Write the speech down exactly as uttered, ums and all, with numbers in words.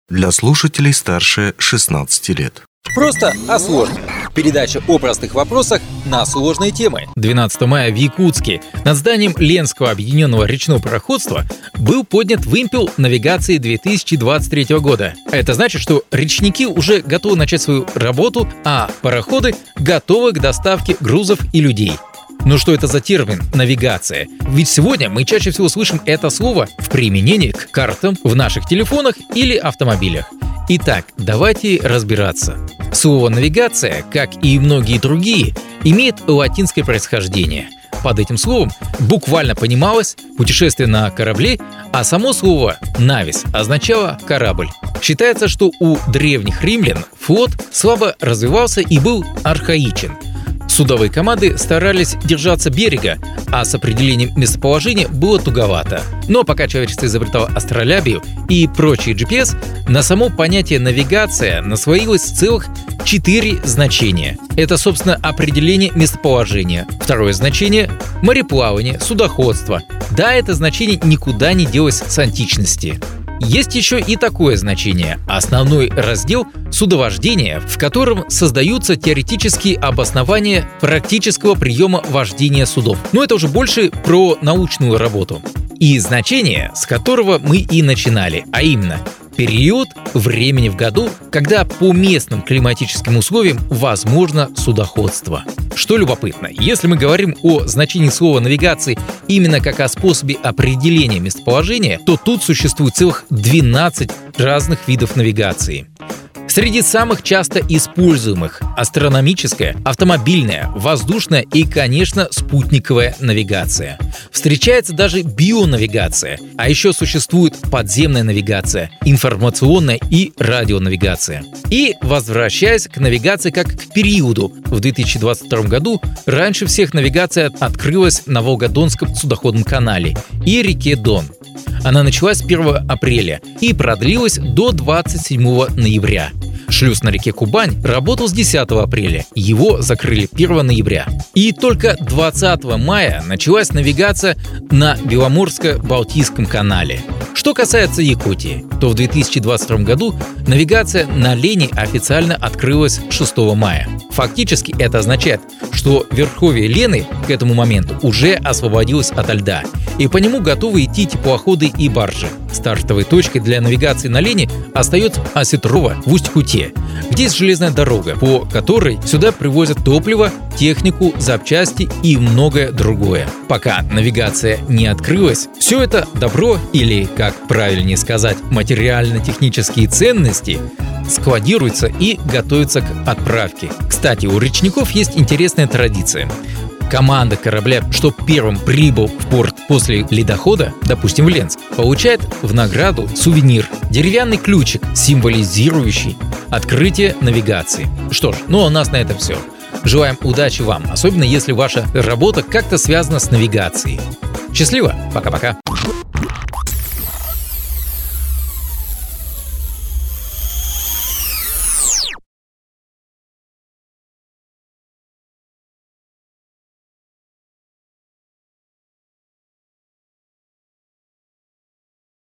Для слушателей старше шестнадцати лет. Просто о сложном. Передача о простых вопросах на сложные темы. двенадцатого мая в Якутске над зданием Ленского объединенного речного пароходства был поднят вымпел навигации две тысячи двадцать третьего года. Это значит, что речники уже готовы начать свою работу, а пароходы готовы к доставке грузов и людей. Но что это за термин «навигация»? Ведь сегодня мы чаще всего слышим это слово в применении к картам в наших телефонах или автомобилях. Итак, давайте разбираться. Слово «навигация», как и многие другие, имеет латинское происхождение. Под этим словом буквально понималось путешествие на корабле, а само слово «навис» означало «корабль». Считается, что у древних римлян флот слабо развивался и был архаичен. Судовые команды старались держаться берега, а с определением местоположения было туговато. Но пока человечество изобретало астролябию и прочие джи пи эс, на само понятие «навигация» наслоилось целых четыре значения. Это, собственно, определение местоположения. Второе значение – мореплавание, судоходство. Да, это значение никуда не делось с античности. Есть еще и такое значение – основной раздел судовождения, в котором создаются теоретические обоснования практического приема вождения судов. Но это уже больше про научную работу. И значение, с которого мы и начинали, а именно период времени в году, когда по местным климатическим условиям возможно судоходство. Что любопытно, если мы говорим о значении слова «навигации» именно как о способе определения местоположения, то тут существует целых двенадцать разных видов навигации. Среди самых часто используемых – астрономическая, автомобильная, воздушная и, конечно, спутниковая навигация. Встречается даже бионавигация, а еще существует подземная навигация, информационная и радионавигация. И, возвращаясь к навигации как к периоду, в две тысячи двадцать втором году раньше всех навигация открылась на Волгодонском судоходном канале и реке Дон. Она началась с первого апреля и продлилась до двадцать седьмого ноября. Шлюз на реке Кубань работал с десятого апреля, его закрыли первого ноября. И только двадцатого мая началась навигация на Беломорско-Балтийском канале. Что касается Якутии, то в две тысячи двадцать втором году навигация на Лени официально открылась шестого мая. Фактически это означает, что верховье Лены к этому моменту уже освободилось ото льда, и по нему готовы идти теплоходы и баржи. Стартовой точкой для навигации на Лени остается Осетрово в Усть-Куте, где есть железная дорога, по которой сюда привозят топливо, технику, запчасти и многое другое. Пока навигация не открылась, все это добро или, как правильнее сказать, материально-технические ценности складируются и готовятся к отправке. Кстати, у речников есть интересная традиция. Команда корабля, что первым прибыл в порт после ледохода, допустим, в Ленск, получает в награду сувенир – деревянный ключик, символизирующий открытие навигации. Что ж, ну а у нас на этом все. Желаем удачи вам, особенно если ваша работа как-то связана с навигацией. Счастливо, пока-пока.